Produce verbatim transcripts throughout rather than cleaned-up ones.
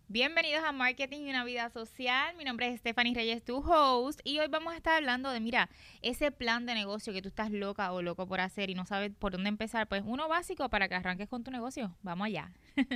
Bienvenidos a Marketing y una Vida Social. Mi nombre es Stephanie Reyes, tu host, y hoy vamos a estar hablando de, mira, ese plan de negocio que tú estás loca o loco por hacer y no sabes por dónde empezar. Pues uno básico para que arranques con tu negocio. Vamos allá.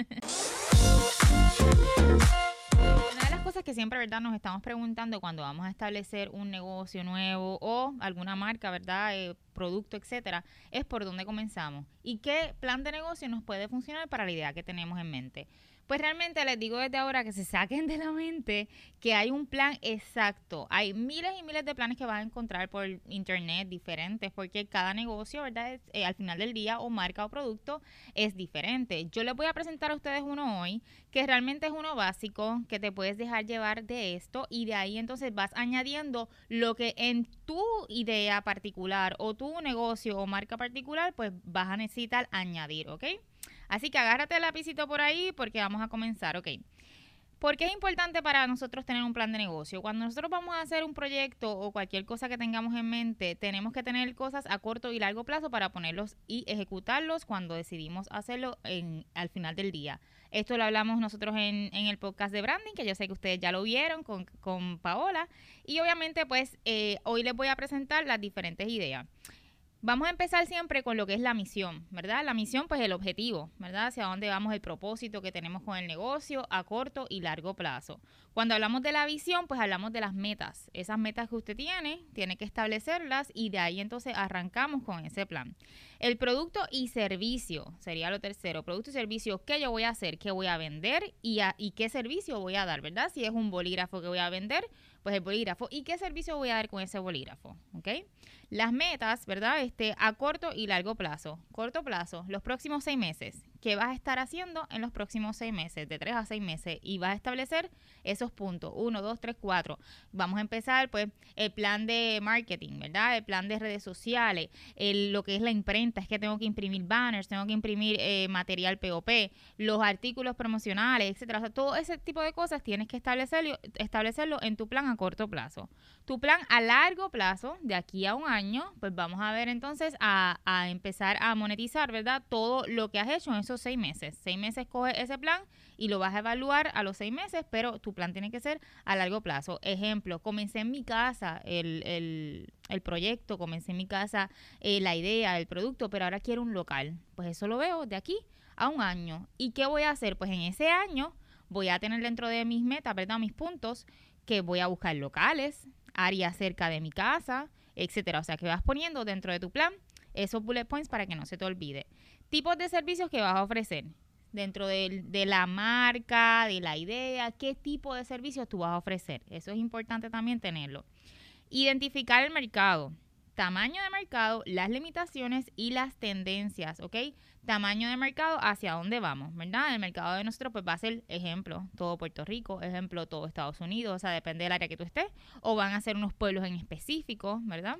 Una de las cosas que siempre, ¿verdad?, nos estamos preguntando cuando vamos a establecer un negocio nuevo o alguna marca, ¿verdad?, eh, producto, etcétera, es por dónde comenzamos y qué plan de negocio nos puede funcionar para la idea que tenemos en mente. Pues realmente les digo desde ahora que se saquen de la mente que hay un plan exacto. Hay miles y miles de planes que vas a encontrar por internet diferentes porque cada negocio, ¿verdad?, es, eh, al final del día o marca o producto es diferente. Yo les voy a presentar a ustedes uno hoy que realmente es uno básico, que te puedes dejar llevar de esto y de ahí entonces vas añadiendo lo que en tu idea particular o tu negocio o marca particular pues vas a necesitar añadir, ¿ok? Así que agárrate el lapicito por ahí porque vamos a comenzar, ¿ok? ¿Por qué es importante para nosotros tener un plan de negocio? Cuando nosotros vamos a hacer un proyecto o cualquier cosa que tengamos en mente, tenemos que tener cosas a corto y largo plazo para ponerlos y ejecutarlos cuando decidimos hacerlo en, al final del día. Esto lo hablamos nosotros en, en el podcast de branding, que yo sé que ustedes ya lo vieron con, con Paola. Y obviamente pues eh, hoy les voy a presentar las diferentes ideas. Vamos a empezar siempre con lo que es la misión, ¿verdad? La misión, pues el objetivo, ¿verdad? Hacia dónde vamos, el propósito que tenemos con el negocio a corto y largo plazo. Cuando hablamos de la visión, pues hablamos de las metas. Esas metas que usted tiene, tiene que establecerlas y de ahí entonces arrancamos con ese plan. El producto y servicio sería lo tercero. Producto y servicio, ¿qué yo voy a hacer? ¿Qué voy a vender? Y, a, y qué servicio voy a dar, ¿verdad? Si es un bolígrafo que voy a vender, pues el bolígrafo. ¿Y qué servicio voy a dar con ese bolígrafo? ¿Ok? Las metas, ¿verdad? Este, a corto y largo plazo. Corto plazo, los próximos seis meses. ¿Qué vas a estar haciendo en los próximos seis meses? De tres a seis meses. Y vas a establecer esos puntos. Uno, dos, tres, cuatro. Vamos a empezar, pues, el plan de marketing, ¿verdad? El plan de redes sociales. El, lo que es la imprenta. Es que tengo que imprimir banners, tengo que imprimir eh, material P O P, los artículos promocionales, etcétera. O sea, todo ese tipo de cosas tienes que establecerlo, establecerlo en tu plan a corto plazo. Tu plan a largo plazo, de aquí a un año, pues vamos a ver entonces a, a empezar a monetizar, ¿verdad? Todo lo que has hecho en esos seis meses. Seis meses coge ese plan y lo vas a evaluar a los seis meses, pero tu plan tiene que ser a largo plazo. Ejemplo, comencé en mi casa el, el, el proyecto, comencé en mi casa eh, la idea, el producto, pero ahora quiero un local. Pues eso lo veo de aquí a un año. ¿Y qué voy a hacer? Pues en ese año voy a tener dentro de mis metas, ¿verdad? Mis puntos, que voy a buscar locales, áreas cerca de mi casa, etcétera. O sea, que vas poniendo dentro de tu plan esos bullet points para que no se te olvide. Tipos de servicios que vas a ofrecer dentro de, de la marca, de la idea, qué tipo de servicios tú vas a ofrecer. Eso es importante también tenerlo. Identificar el mercado. Tamaño de mercado, las limitaciones y las tendencias, ¿ok? Tamaño de mercado, hacia dónde vamos, ¿verdad? El mercado de nosotros pues va a ser, ejemplo, todo Puerto Rico, ejemplo, todo Estados Unidos, o sea, depende del área que tú estés, o van a ser unos pueblos en específico, ¿verdad?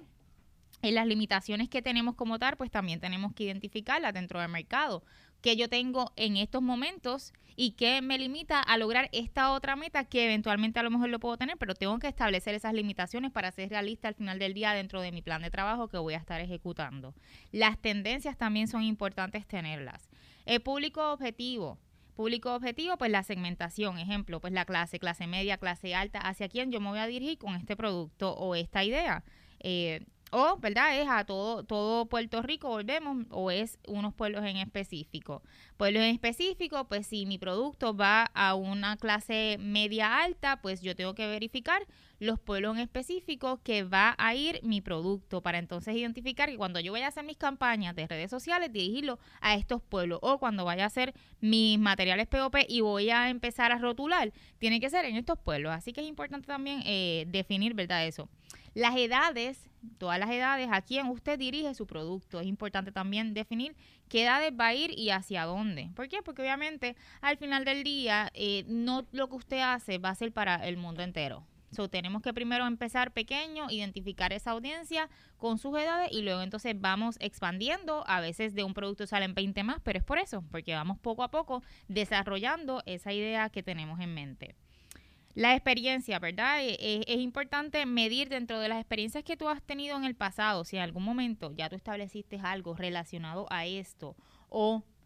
En las limitaciones que tenemos como tal, pues también tenemos que identificarlas dentro del mercado. ¿Qué yo tengo en estos momentos y qué me limita a lograr esta otra meta que eventualmente a lo mejor lo puedo tener, pero tengo que establecer esas limitaciones para ser realista al final del día dentro de mi plan de trabajo que voy a estar ejecutando? Las tendencias también son importantes tenerlas. El público objetivo. Público objetivo, pues la segmentación, ejemplo, pues la clase, clase media, clase alta, hacia quién yo me voy a dirigir con este producto o esta idea. Eh, o, ¿verdad? Es a todo, todo Puerto Rico, volvemos, o es unos pueblos en específico. Pueblos en específico, pues si mi producto va a una clase media alta, pues yo tengo que verificar los pueblos en específico que va a ir mi producto para entonces identificar que cuando yo vaya a hacer mis campañas de redes sociales, dirigirlo a estos pueblos, o cuando vaya a hacer mis materiales P O P y voy a empezar a rotular, tiene que ser en estos pueblos. Así que es importante también eh, definir, ¿verdad? Eso. Las edades, todas las edades, a quién usted dirige su producto. Es importante también definir qué edades va a ir y hacia dónde. ¿Por qué? Porque obviamente al final del día eh, no lo que usted hace va a ser para el mundo entero. So, tenemos que primero empezar pequeño, identificar esa audiencia con sus edades y luego entonces vamos expandiendo. A veces de un producto salen veinte más, pero es por eso, porque vamos poco a poco desarrollando esa idea que tenemos en mente. La experiencia, ¿verdad? Es, es importante medir dentro de las experiencias que tú has tenido en el pasado, si en algún momento ya tú estableciste algo relacionado a esto o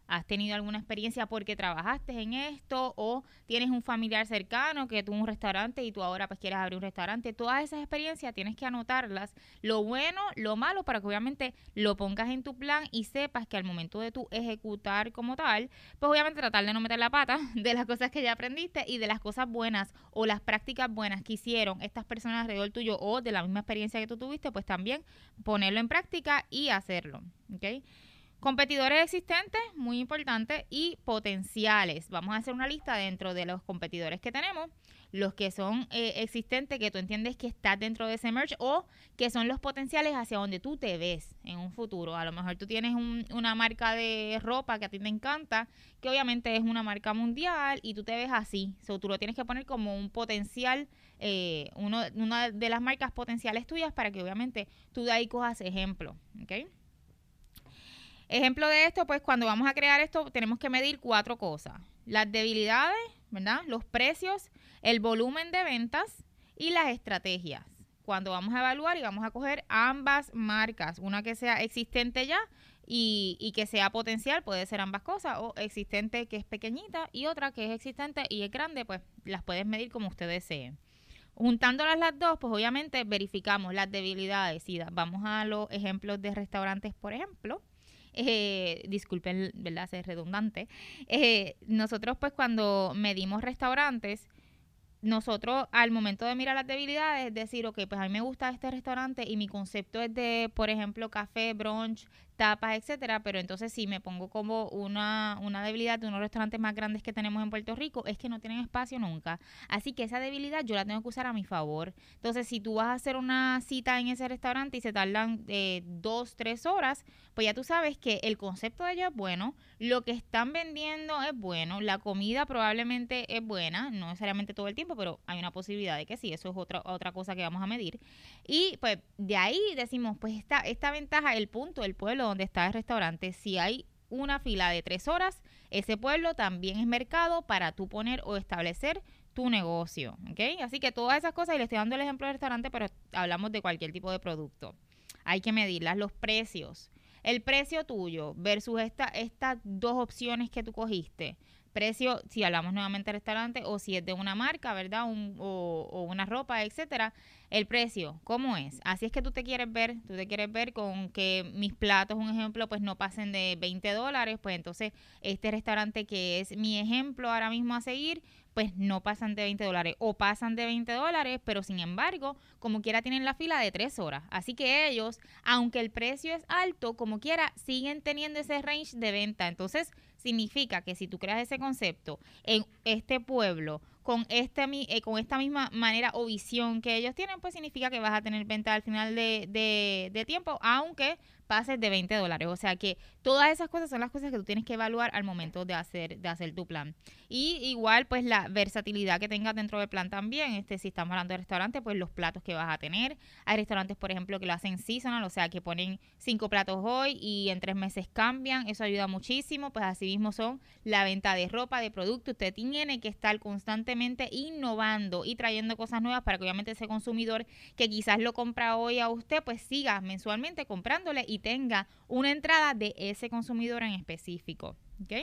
¿Has tenido alguna experiencia porque trabajaste en esto o tienes un familiar cercano que tuvo un restaurante y tú ahora pues quieres abrir un restaurante? Todas esas experiencias tienes que anotarlas, lo bueno, lo malo, para que obviamente lo pongas en tu plan y sepas que al momento de tú ejecutar como tal, pues obviamente tratar de no meter la pata de las cosas que ya aprendiste y de las cosas buenas o las prácticas buenas que hicieron estas personas alrededor tuyo o de la misma experiencia que tú tuviste, pues también ponerlo en práctica y hacerlo, ¿ok? Competidores existentes, muy importante, y potenciales. Vamos a hacer una lista dentro de los competidores que tenemos, los que son eh, existentes, que tú entiendes que estás dentro de ese merge, o que son los potenciales hacia donde tú te ves en un futuro. A lo mejor tú tienes un, una marca de ropa que a ti te encanta, que obviamente es una marca mundial, y tú te ves así. So, tú lo tienes que poner como un potencial, eh, uno, una de las marcas potenciales tuyas, para que obviamente tú de ahí cojas ejemplo, ¿ok? Ejemplo de esto, pues cuando vamos a crear esto tenemos que medir cuatro cosas. Las debilidades, ¿verdad? Los precios, el volumen de ventas y las estrategias. Cuando vamos a evaluar y vamos a coger ambas marcas, una que sea existente ya y, y que sea potencial, puede ser ambas cosas, o existente que es pequeñita y otra que es existente y es grande, pues las puedes medir como usted desee. Juntándolas las dos, pues obviamente verificamos las debilidades. Si vamos a los ejemplos de restaurantes, por ejemplo, Eh, disculpen, ¿verdad? Ser redundante. Eh, nosotros, pues, cuando medimos restaurantes, nosotros al momento de mirar las debilidades, es decir, ok, pues a mí me gusta este restaurante y mi concepto es de, por ejemplo, café, brunch, tapas, etcétera, pero entonces si me pongo como una, una debilidad de unos restaurantes más grandes que tenemos en Puerto Rico, es que no tienen espacio nunca. Así que esa debilidad yo la tengo que usar a mi favor. Entonces, si tú vas a hacer una cita en ese restaurante y se tardan eh, dos, tres horas, pues ya tú sabes que el concepto de ellos es bueno, lo que están vendiendo es bueno, la comida probablemente es buena, no necesariamente todo el tiempo, pero hay una posibilidad de que sí, eso es otra, otra cosa que vamos a medir. Y pues de ahí decimos, pues esta, esta ventaja, el punto del pueblo donde está el restaurante, si hay una fila de tres horas, ese pueblo también es mercado para tú poner o establecer tu negocio, ¿ok? Así que todas esas cosas, y le estoy dando el ejemplo del restaurante, pero hablamos de cualquier tipo de producto. Hay que medirlas, los precios. El precio tuyo versus esta, estas dos opciones que tú cogiste. Precio, si hablamos nuevamente de restaurante, o si es de una marca, ¿verdad? Un, o, o una ropa, etcétera. El precio, ¿cómo es? Así es que tú te quieres ver, tú te quieres ver con que mis platos, un ejemplo, pues no pasen de veinte dólares, pues entonces este restaurante que es mi ejemplo ahora mismo a seguir, pues no pasan de veinte dólares o pasan de veinte dólares, pero sin embargo, como quiera tienen la fila de tres horas. Así que ellos, aunque el precio es alto, como quiera, siguen teniendo ese range de venta. Entonces, significa que si tú creas ese concepto en este pueblo, con, este, eh, con esta misma manera o visión que ellos tienen, pues significa que vas a tener venta al final de, de, de tiempo, aunque pases de veinte dólares. O sea que todas esas cosas son las cosas que tú tienes que evaluar al momento de hacer, de hacer tu plan. Y igual, pues la versatilidad que tengas dentro del plan también. Este, si estamos hablando de restaurante, pues los platos que vas a tener. Hay restaurantes, por ejemplo, que lo hacen seasonal, o sea que ponen cinco platos hoy y en tres meses cambian. Eso ayuda muchísimo. Pues así mismo son la venta de ropa, de productos. Usted tiene que estar constantemente innovando y trayendo cosas nuevas para que obviamente ese consumidor que quizás lo compra hoy a usted, pues siga mensualmente comprándole y tenga una entrada de ese consumidor en específico, ¿ok?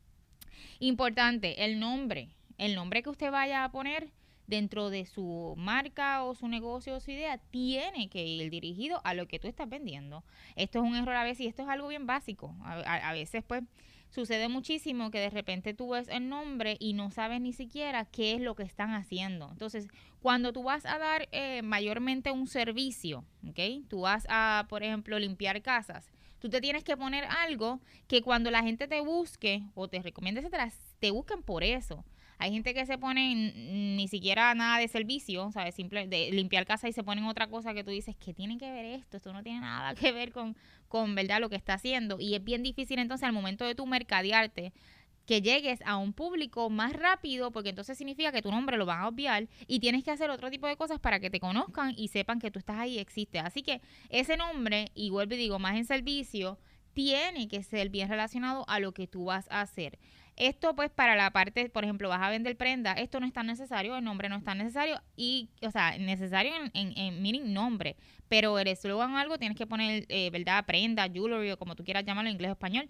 Importante, el nombre, el nombre que usted vaya a poner dentro de su marca o su negocio o su idea tiene que ir dirigido a lo que tú estás vendiendo. Esto es un error a veces y esto es algo bien básico. A, a, a veces pues sucede muchísimo que de repente tú ves el nombre y no sabes ni siquiera qué es lo que están haciendo. Entonces, cuando tú vas a dar eh, mayormente un servicio, ¿ok? Tú vas a, por ejemplo, limpiar casas. Tú te tienes que poner algo que cuando la gente te busque o te recomiende, etcétera, te busquen por eso. Hay gente que se pone ni siquiera nada de servicio, ¿sabes? Simple de limpiar casa y se ponen otra cosa que tú dices, ¿qué tiene que ver esto? Esto no tiene nada que ver con, con ¿verdad? Lo que está haciendo. Y es bien difícil entonces al momento de tu mercadearte que llegues a un público más rápido, porque entonces significa que tu nombre lo van a obviar y tienes que hacer otro tipo de cosas para que te conozcan y sepan que tú estás ahí y existes. Así que ese nombre, y vuelvo y digo, más en servicio, tiene que ser bien relacionado a lo que tú vas a hacer. Esto pues para la parte, por ejemplo, vas a vender prenda, esto no es tan necesario, el nombre no es tan necesario y, o sea, necesario en, en, en meaning nombre, pero el eslogan o algo tienes que poner, eh, ¿verdad? Prenda, jewelry o como tú quieras llamarlo en inglés o español,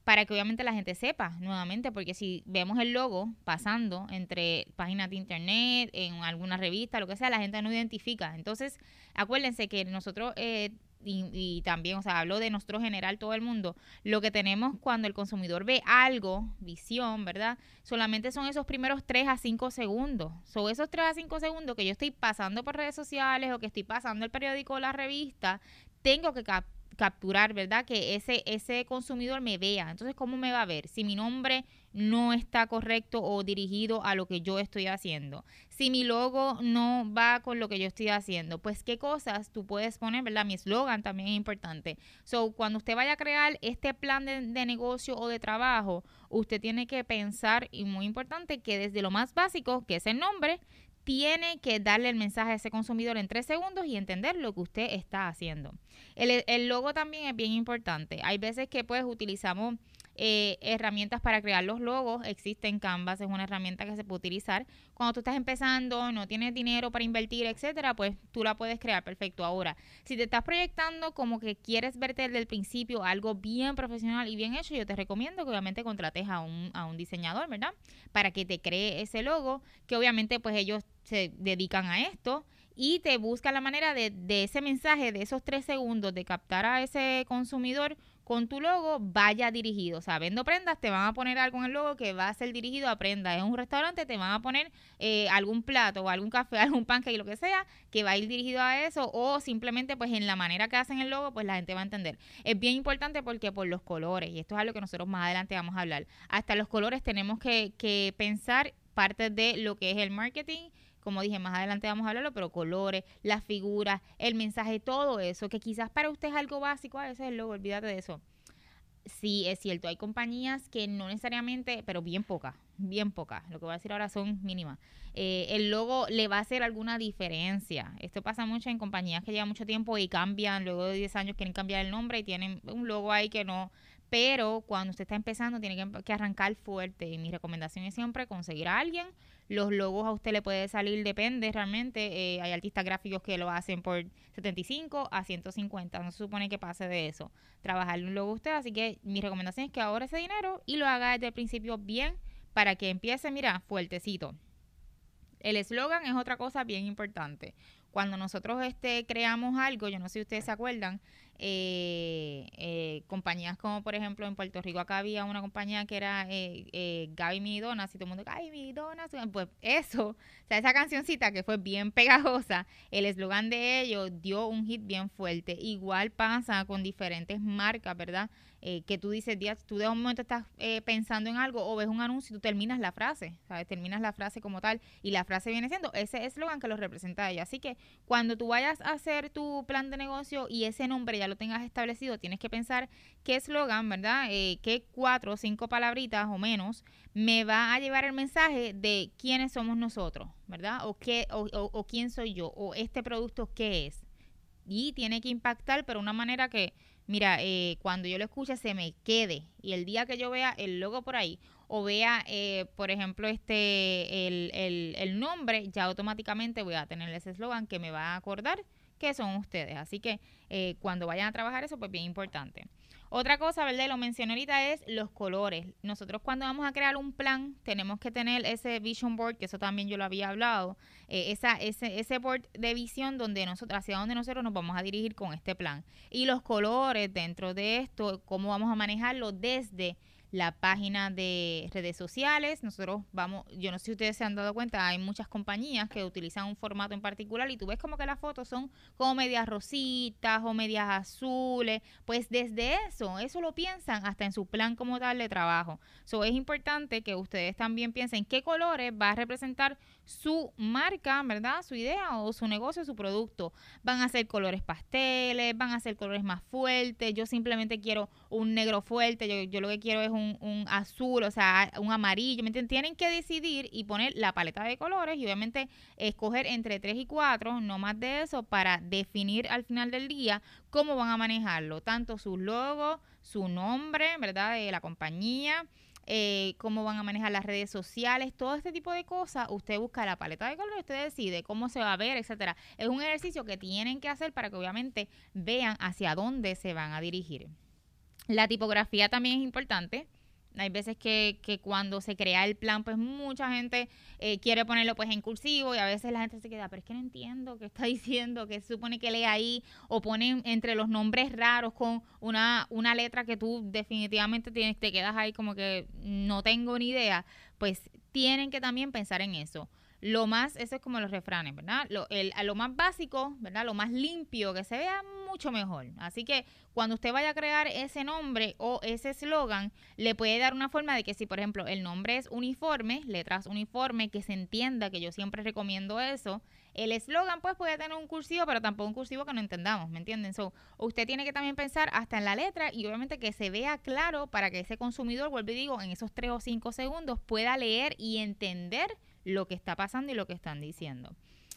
para que obviamente la gente sepa nuevamente, porque si vemos el logo pasando entre páginas de internet, en alguna revista, lo que sea, la gente no identifica. Entonces, acuérdense que nosotros, eh, y, y también, o sea, hablo de nosotros general, todo el mundo, lo que tenemos cuando el consumidor ve algo, visión, ¿verdad? Solamente son esos primeros tres a cinco segundos. Son esos tres a cinco segundos que yo estoy pasando por redes sociales o que estoy pasando el periódico o la revista, tengo que captar capturar, ¿verdad? Que ese, ese consumidor me vea. Entonces, ¿cómo me va a ver? Si mi nombre no está correcto o dirigido a lo que yo estoy haciendo. Si mi logo no va con lo que yo estoy haciendo, pues qué cosas tú puedes poner, ¿verdad? Mi eslogan también es importante. So, cuando usted vaya a crear este plan de, de negocio o de trabajo, usted tiene que pensar, y muy importante, que desde lo más básico, que es el nombre, tiene que darle el mensaje a ese consumidor en tres segundos y entender lo que usted está haciendo. El, el logo también es bien importante. Hay veces que pues utilizamos eh, herramientas para crear los logos. Existen Canvas, es una herramienta que se puede utilizar. Cuando tú estás empezando, no tienes dinero para invertir, etcétera, pues tú la puedes crear perfecto. Ahora, si te estás proyectando como que quieres verte desde el principio algo bien profesional y bien hecho, yo te recomiendo que obviamente contrates a un, a un diseñador, ¿verdad? Para que te cree ese logo, que obviamente pues ellos se dedican a esto y te buscan la manera de, de ese mensaje, de esos tres segundos, de captar a ese consumidor con tu logo, vaya dirigido. O sea, Vendo Prendas, te van a poner algo en el logo que va a ser dirigido a prendas. En un restaurante te van a poner eh, algún plato o algún café, algún pancake, lo que sea, que va a ir dirigido a eso, o simplemente pues en la manera que hacen el logo, pues la gente va a entender. Es bien importante porque por los colores, y esto es algo que nosotros más adelante vamos a hablar, hasta los colores tenemos que, que pensar parte de lo que es el marketing. Como dije, más adelante vamos a hablarlo, pero colores, las figuras, el mensaje, todo eso, que quizás para usted es algo básico, a veces es el logo, olvídate de eso. Sí, es cierto, hay compañías que no necesariamente, pero bien pocas, bien pocas, lo que voy a decir ahora son mínimas. Eh, el logo le va a hacer alguna diferencia. Esto pasa mucho en compañías que llevan mucho tiempo y cambian, luego de diez años quieren cambiar el nombre y tienen un logo ahí que no. Pero cuando usted está empezando tiene que, que arrancar fuerte. Y mi recomendación es siempre conseguir a alguien. Los logos a usted le puede salir, depende realmente. Eh, hay artistas gráficos que lo hacen por setenta y cinco a ciento cincuenta. No se supone que pase de eso. Trabajarle un logo a usted. Así que mi recomendación es que ahorre ese dinero y lo haga desde el principio bien para que empiece, mira, fuertecito. El eslogan es otra cosa bien importante. Cuando nosotros este, creamos algo, yo no sé si ustedes se acuerdan, eh, eh, compañías como por ejemplo en Puerto Rico acá había una compañía que era eh, eh, Gaby Mi Donas y todo el mundo, Gaby Mi Donas, pues eso, o sea, esa cancioncita que fue bien pegajosa, el eslogan de ellos dio un hit bien fuerte. Igual pasa con diferentes marcas, ¿verdad? Eh, que tú dices, Díaz, tú de un momento estás eh, pensando en algo o ves un anuncio y tú terminas la frase, ¿sabes? Terminas la frase como tal y la frase viene siendo ese eslogan que lo representa a ella. Así que cuando tú vayas a hacer tu plan de negocio y ese nombre ya lo tengas establecido, tienes que pensar qué eslogan, ¿verdad? Eh, qué cuatro o cinco palabritas o menos me va a llevar el mensaje de quiénes somos nosotros, ¿verdad? O, qué, o, o, o quién soy yo, o este producto qué es. Y tiene que impactar, pero de una manera que, mira, eh, cuando yo lo escuche se me quede. Y el día que yo vea el logo por ahí, o vea, eh, por ejemplo, este el, el, el nombre, ya automáticamente voy a tener ese eslogan que me va a acordar que son ustedes. Así que eh, cuando vayan a trabajar eso, pues bien importante. Otra cosa, ¿verdad? Lo mencioné ahorita es los colores. Nosotros cuando vamos a crear un plan tenemos que tener ese vision board, que eso también yo lo había hablado, eh, esa, ese, ese board de visión donde nosotros, hacia donde nosotros nos vamos a dirigir con este plan. Y los colores dentro de esto, cómo vamos a manejarlo desde la página de redes sociales. Nosotros vamos, yo no sé si ustedes se han dado cuenta, hay muchas compañías que utilizan un formato en particular y tú ves como que las fotos son como medias rositas o medias azules. Pues desde eso, eso lo piensan hasta en su plan como tal de trabajo. So, es importante que ustedes también piensen qué colores va a representar su marca, ¿verdad? Su idea o su negocio, su producto. Van a ser colores pasteles, van a ser colores más fuertes. Yo simplemente quiero un negro fuerte, yo, yo lo que quiero es un, un azul, o sea, un amarillo, ¿me entienden? Tienen que decidir y poner la paleta de colores y obviamente escoger entre tres y cuatro, no más de eso, para definir al final del día cómo van a manejarlo, tanto sus logos, su nombre, ¿verdad? De la compañía, eh, cómo van a manejar las redes sociales, todo este tipo de cosas. Usted busca la paleta de colores, usted decide cómo se va a ver, etcétera. Es un ejercicio que tienen que hacer para que obviamente vean hacia dónde se van a dirigir. La tipografía también es importante. Hay veces que, que cuando se crea el plan, pues mucha gente eh, quiere ponerlo pues en cursivo y a veces la gente se queda, pero es que no entiendo qué está diciendo, qué se supone que lee ahí, o ponen entre los nombres raros con una, una letra que tú definitivamente tienes, te quedas ahí como que no tengo ni idea. Pues tienen que también pensar en eso. Lo más, eso es como los refranes, ¿verdad? Lo, el, a lo más básico, ¿verdad? Lo más limpio, que se vea mucho mejor. Así que cuando usted vaya a crear ese nombre o ese eslogan, le puede dar una forma de que si, por ejemplo, el nombre es uniforme, letras uniforme, que se entienda, que yo siempre recomiendo eso. El eslogan, pues, puede tener un cursivo, pero tampoco un cursivo que no entendamos, ¿me entienden? So, usted tiene que también pensar hasta en la letra y obviamente que se vea claro para que ese consumidor, vuelvo y digo, en esos tres o cinco segundos pueda leer y entender lo que está pasando y lo que están diciendo.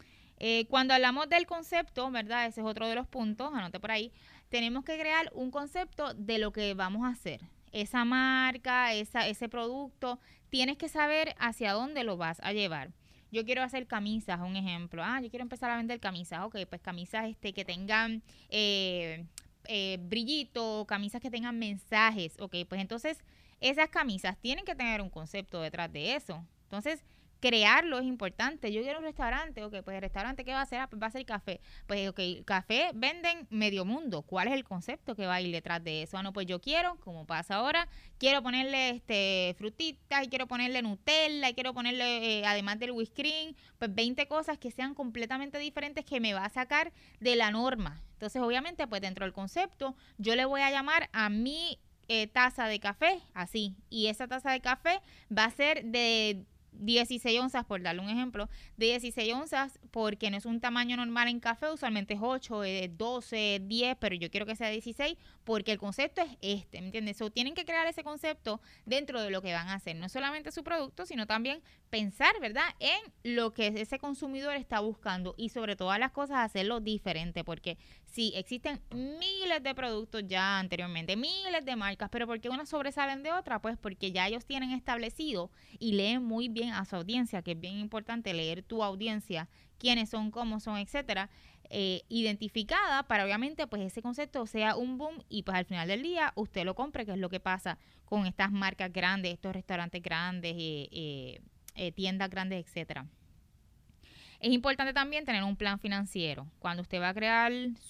Eh, cuando hablamos del concepto, ¿verdad? Ese es otro de los puntos, anote por ahí. Tenemos que crear un concepto de lo que vamos a hacer. Esa marca, esa, ese producto, tienes que saber hacia dónde lo vas a llevar. Yo quiero hacer camisas, un ejemplo. Ah, yo quiero empezar a vender camisas. Ok, pues camisas este, que tengan eh, eh, brillito, camisas que tengan mensajes. Ok, pues entonces esas camisas tienen que tener un concepto detrás de eso. Entonces, crearlo es importante. Yo quiero un restaurante, ok, pues el restaurante, ¿qué va a hacer? Ah, pues va a ser café. Pues, ok, café venden medio mundo. ¿Cuál es el concepto que va a ir detrás de eso? Ah, no, pues yo quiero, como pasa ahora, quiero ponerle este frutitas, y quiero ponerle Nutella, y quiero ponerle, eh, además del whipped cream, pues veinte cosas que sean completamente diferentes que me va a sacar de la norma. Entonces, obviamente, pues dentro del concepto, yo le voy a llamar a mi eh, taza de café, así. Y esa taza de café va a ser de dieciséis onzas, por darle un ejemplo, de dieciséis onzas, porque no es un tamaño normal en café, usualmente es ocho, es doce, diez, pero yo quiero que sea dieciséis porque el concepto es este, ¿me entiendes? So, tienen que crear ese concepto dentro de lo que van a hacer, no solamente su producto, sino también pensar, ¿verdad?, en lo que ese consumidor está buscando y sobre todas las cosas hacerlo diferente, porque sí, existen miles de productos ya anteriormente, miles de marcas, pero ¿por qué unas sobresalen de otras? Pues porque ya ellos tienen establecido y leen muy bien a su audiencia, que es bien importante leer tu audiencia, quiénes son, cómo son, etcétera, eh, identificada para obviamente pues ese concepto sea un boom y pues al final del día usted lo compre, que es lo que pasa con estas marcas grandes, estos restaurantes grandes, eh, eh, eh, tiendas grandes, etcétera. Es importante también tener un plan financiero. Cuando usted va a crear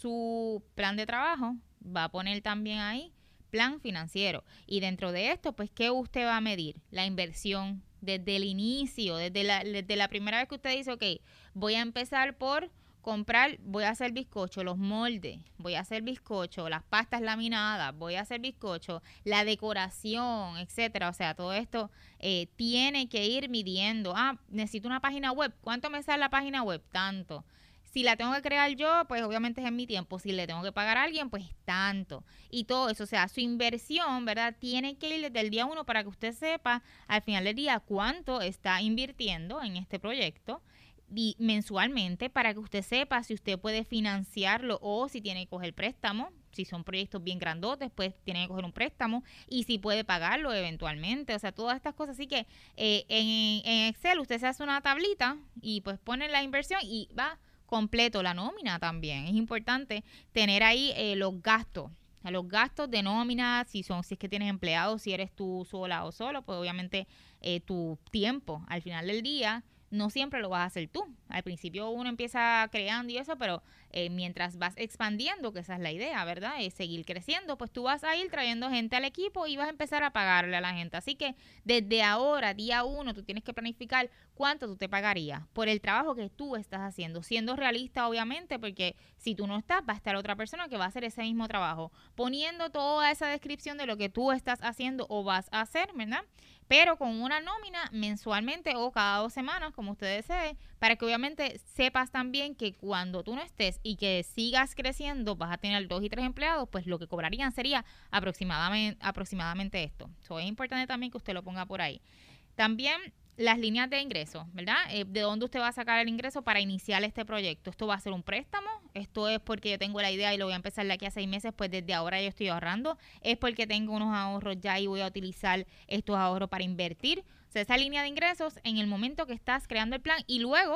su plan de trabajo, va a poner también ahí plan financiero. Y dentro de esto, pues, ¿qué usted va a medir? La inversión desde el inicio, desde la, desde la primera vez que usted dice, ok, voy a empezar por comprar, voy a hacer bizcocho, los moldes, voy a hacer bizcocho, las pastas laminadas, voy a hacer bizcocho, la decoración, etcétera. O sea, todo esto eh, tiene que ir midiendo. Ah, necesito una página web. ¿Cuánto me sale la página web? Tanto. Si la tengo que crear yo, pues obviamente es en mi tiempo. Si le tengo que pagar a alguien, pues tanto. Y todo eso, o sea, su inversión, ¿verdad? Tiene que ir desde el día uno para que usted sepa al final del día cuánto está invirtiendo en este proyecto y mensualmente para que usted sepa si usted puede financiarlo o si tiene que coger préstamo. Si son proyectos bien grandotes, pues tiene que coger un préstamo y si puede pagarlo eventualmente. O sea, todas estas cosas. Así que eh, en, en Excel usted se hace una tablita y pues pone la inversión y va completo. La nómina también. Es importante tener ahí eh, los gastos. A los gastos de nómina, si son, si es que tienes empleados, si eres tú sola o solo, pues obviamente eh, tu tiempo al final del día no siempre lo vas a hacer tú. Al principio uno empieza creando y eso, pero eh, mientras vas expandiendo, que esa es la idea, ¿verdad? Es seguir creciendo, pues tú vas a ir trayendo gente al equipo y vas a empezar a pagarle a la gente. Así que desde ahora, día uno, tú tienes que planificar cuánto tú te pagarías por el trabajo que tú estás haciendo. Siendo realista, obviamente, porque si tú no estás, va a estar otra persona que va a hacer ese mismo trabajo. Poniendo toda esa descripción de lo que tú estás haciendo o vas a hacer, ¿verdad? Pero con una nómina mensualmente o cada dos semanas, como usted desee, para que obviamente sepas también que cuando tú no estés y que sigas creciendo, vas a tener dos y tres empleados, pues lo que cobrarían sería aproximadamente, aproximadamente esto. So, es importante también que usted lo ponga por ahí. También las líneas de ingreso, ¿verdad? Eh, ¿De dónde usted va a sacar el ingreso para iniciar este proyecto? ¿Esto va a ser un préstamo? ¿Esto es porque yo tengo la idea y lo voy a empezar de aquí a seis meses? Pues desde ahora yo estoy ahorrando. ¿Es porque tengo unos ahorros ya y voy a utilizar estos ahorros para invertir? O sea, esa línea de ingresos en el momento que estás creando el plan y luego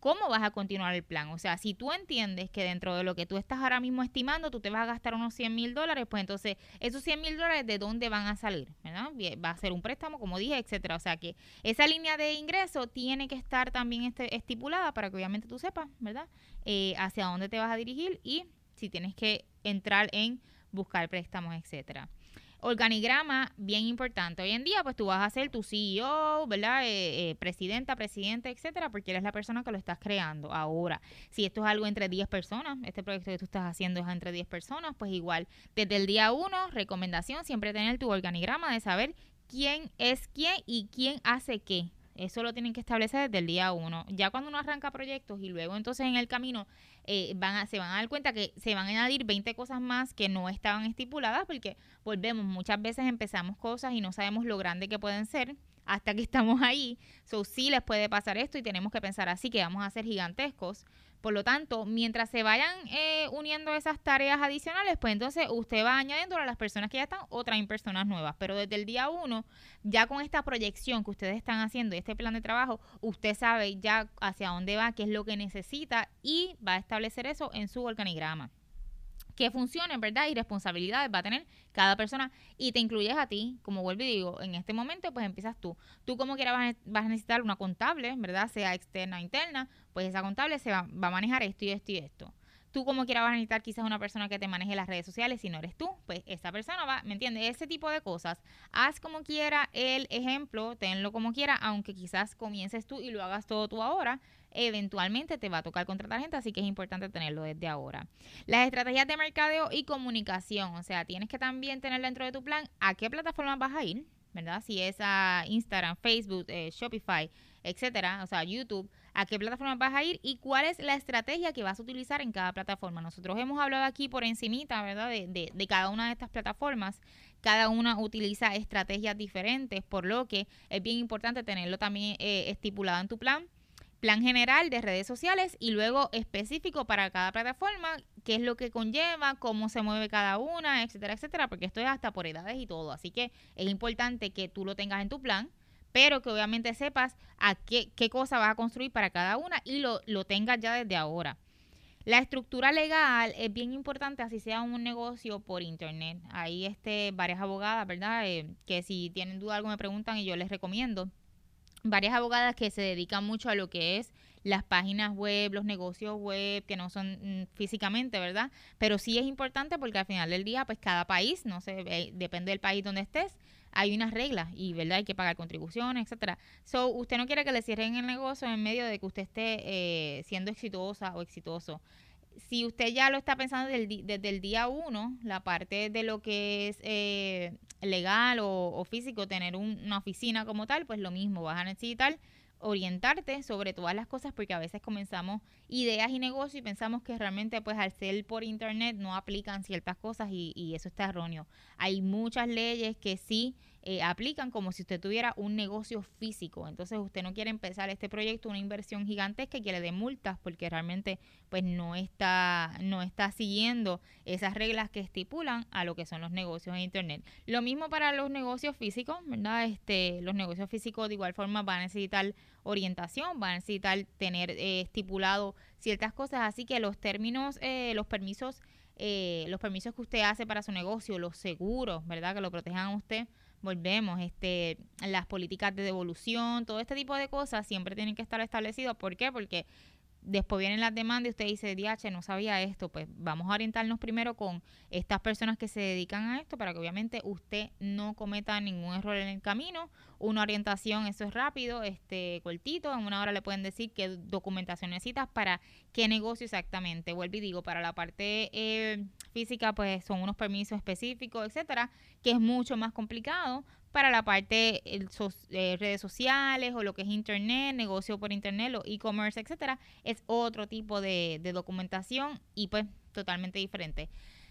cómo vas a continuar el plan. O sea, si tú entiendes que dentro de lo que tú estás ahora mismo estimando, tú te vas a gastar unos cien mil dólares, pues entonces esos cien mil dólares, ¿de dónde van a salir? ¿Verdad? Va a ser un préstamo, como dije, etcétera. O sea, que esa línea de ingreso tiene que estar también este, estipulada para que obviamente tú sepas, ¿verdad? Eh, hacia dónde te vas a dirigir y si tienes que entrar en buscar préstamos, etcétera. Organigrama, bien importante. Hoy en día, pues tú vas a ser tu C E O, ¿verdad? Eh, eh, presidenta, presidente, etcétera, porque eres la persona que lo estás creando. Ahora, si esto es algo entre diez personas, este proyecto que tú estás haciendo es entre diez personas, pues igual, desde el día uno, recomendación, siempre tener tu organigrama de saber quién es quién y quién hace qué. Eso lo tienen que establecer desde el día uno. Ya cuando uno arranca proyectos y luego entonces en el camino eh, van a, se van a dar cuenta que se van a añadir veinte cosas más que no estaban estipuladas porque volvemos, muchas veces empezamos cosas y no sabemos lo grande que pueden ser hasta que estamos ahí. So, sí les puede pasar esto y tenemos que pensar así, que vamos a ser gigantescos. Por lo tanto, mientras se vayan eh, uniendo esas tareas adicionales, pues entonces usted va añadiendo a las personas que ya están o traen personas nuevas. Pero desde el día uno, ya con esta proyección que ustedes están haciendo y este plan de trabajo, usted sabe ya hacia dónde va, qué es lo que necesita y va a establecer eso en su organigrama. Que funcione, ¿verdad? Y responsabilidades va a tener cada persona y te incluyes a ti, como vuelvo y digo, en este momento pues empiezas tú. Tú como quieras vas a, vas a necesitar una contable, ¿verdad? Sea externa o interna, pues esa contable se va, va a manejar esto y esto y esto. Tú como quieras vas a necesitar quizás una persona que te maneje las redes sociales, si no eres tú, pues esa persona va, ¿me entiendes? Ese tipo de cosas. Haz como quiera el ejemplo, tenlo como quiera, aunque quizás comiences tú y lo hagas todo tú ahora, eventualmente te va a tocar contratar gente, así que es importante tenerlo desde ahora. Las estrategias de mercadeo y comunicación, o sea, tienes que también tener dentro de tu plan a qué plataforma vas a ir, ¿verdad? Si es a Instagram, Facebook, eh, Shopify, etcétera, o sea, YouTube, a qué plataforma vas a ir y cuál es la estrategia que vas a utilizar en cada plataforma. Nosotros hemos hablado aquí por encimita, ¿verdad? De, de, de cada una de estas plataformas. Cada una utiliza estrategias diferentes, por lo que es bien importante tenerlo también eh, estipulado en tu plan. Plan general de redes sociales y luego específico para cada plataforma, qué es lo que conlleva, cómo se mueve cada una, etcétera, etcétera, porque esto es hasta por edades y todo. Así que es importante que tú lo tengas en tu plan, pero que obviamente sepas a qué, qué cosa vas a construir para cada una y lo, lo tengas ya desde ahora. La estructura legal es bien importante, así sea un negocio por internet. Hay este, varias abogadas, ¿verdad? Eh, que si tienen duda algo me preguntan y yo les recomiendo. Varias abogadas que se dedican mucho a lo que es las páginas web, los negocios web, que no son mm, físicamente, ¿verdad? Pero sí es importante porque al final del día, pues cada país, no sé, eh, depende del país donde estés, hay unas reglas y, ¿verdad? Hay que pagar contribuciones, etcétera. So, usted no quiere que le cierren el negocio en medio de que usted esté eh, siendo exitosa o exitoso. Si usted ya lo está pensando desde el, desde el día uno, la parte de lo que es eh, legal o, o físico, tener un, una oficina como tal, pues lo mismo, vas a necesitar orientarte sobre todas las cosas porque a veces comenzamos ideas y negocios y pensamos que realmente pues al ser por internet no aplican ciertas cosas y, y eso está erróneo. Hay muchas leyes que sí eh, aplican como si usted tuviera un negocio físico. Entonces usted no quiere empezar este proyecto, una inversión gigantesca que le dé multas porque realmente pues no está, no está siguiendo esas reglas que estipulan a lo que son los negocios en internet. Lo mismo para los negocios físicos, ¿verdad? Este, los negocios físicos de igual forma van a necesitar orientación, van a necesitar tener eh, estipulado ciertas cosas, así que los términos, eh, los permisos, eh, los permisos que usted hace para su negocio, los seguros, ¿verdad? Que lo protejan a usted. Volvemos, este, las políticas de devolución, todo este tipo de cosas siempre tienen que estar establecidos. ¿Por qué? Porque después vienen las demandas y usted dice, D H, no sabía esto, pues vamos a orientarnos primero con estas personas que se dedican a esto para que obviamente usted no cometa ningún error en el camino. Una orientación, eso es rápido, este cortito, en una hora le pueden decir qué documentación necesitas para qué negocio exactamente. Vuelvo y digo, para la parte eh, física pues son unos permisos específicos, etcétera, que es mucho más complicado. Para la parte el, so, eh, redes sociales o lo que es internet, negocio por internet, o e-commerce, etcétera, es otro tipo de, de documentación y pues totalmente diferente.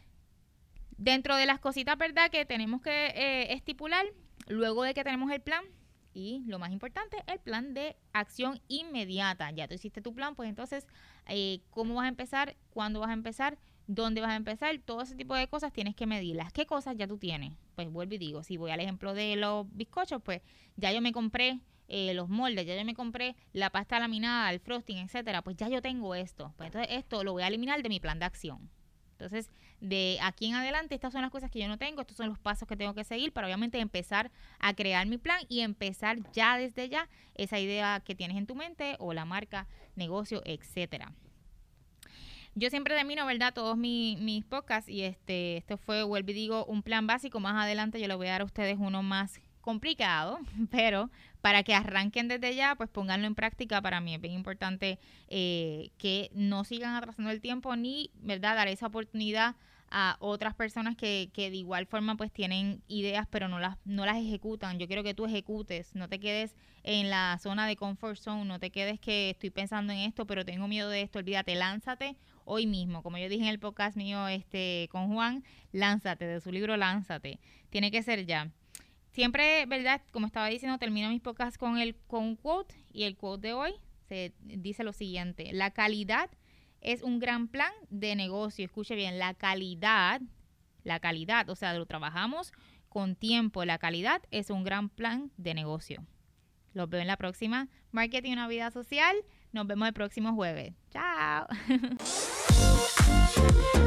Dentro de las cositas, ¿verdad?, que tenemos que eh, estipular, luego de que tenemos el plan, y lo más importante, el plan de acción inmediata. Ya tú hiciste tu plan, pues entonces, eh, ¿cómo vas a empezar? ¿Cuándo vas a empezar? ¿Dónde vas a empezar? Todo ese tipo de cosas tienes que medirlas. ¿Qué cosas ya tú tienes? Pues vuelvo y digo, si voy al ejemplo de los bizcochos, pues ya yo me compré eh, los moldes, ya yo me compré la pasta laminada, el frosting, etcétera, pues ya yo tengo esto. Pues entonces esto lo voy a eliminar de mi plan de acción. Entonces, de aquí en adelante, estas son las cosas que yo no tengo, estos son los pasos que tengo que seguir para obviamente empezar a crear mi plan y empezar ya desde ya esa idea que tienes en tu mente o la marca, negocio, etcétera. Yo siempre termino, ¿verdad? Todos mis, mis podcasts y este, esto fue, vuelvo y digo, un plan básico. Más adelante yo les voy a dar a ustedes uno más complicado, pero para que arranquen desde ya, pues pónganlo en práctica. Para mí es bien importante eh, que no sigan atrasando el tiempo ni, ¿verdad?, dar esa oportunidad a otras personas que, que de igual forma pues tienen ideas pero no las, no las ejecutan. Yo quiero que tú ejecutes, no te quedes en la zona de comfort zone, no te quedes que estoy pensando en esto pero tengo miedo de esto. Olvídate, lánzate hoy mismo. Como yo dije en el podcast mío este con Juan, lánzate, de su libro Lánzate. Tiene que ser ya. Siempre, ¿verdad? Como estaba diciendo, termino mis podcasts con, el, con un quote y el quote de hoy se dice lo siguiente: la calidad es un gran plan de negocio. Escuche bien, la calidad, la calidad, o sea, lo trabajamos con tiempo. La calidad es un gran plan de negocio. Los veo en la próxima Marketing Una Vida Social. Nos vemos el próximo jueves. Chao.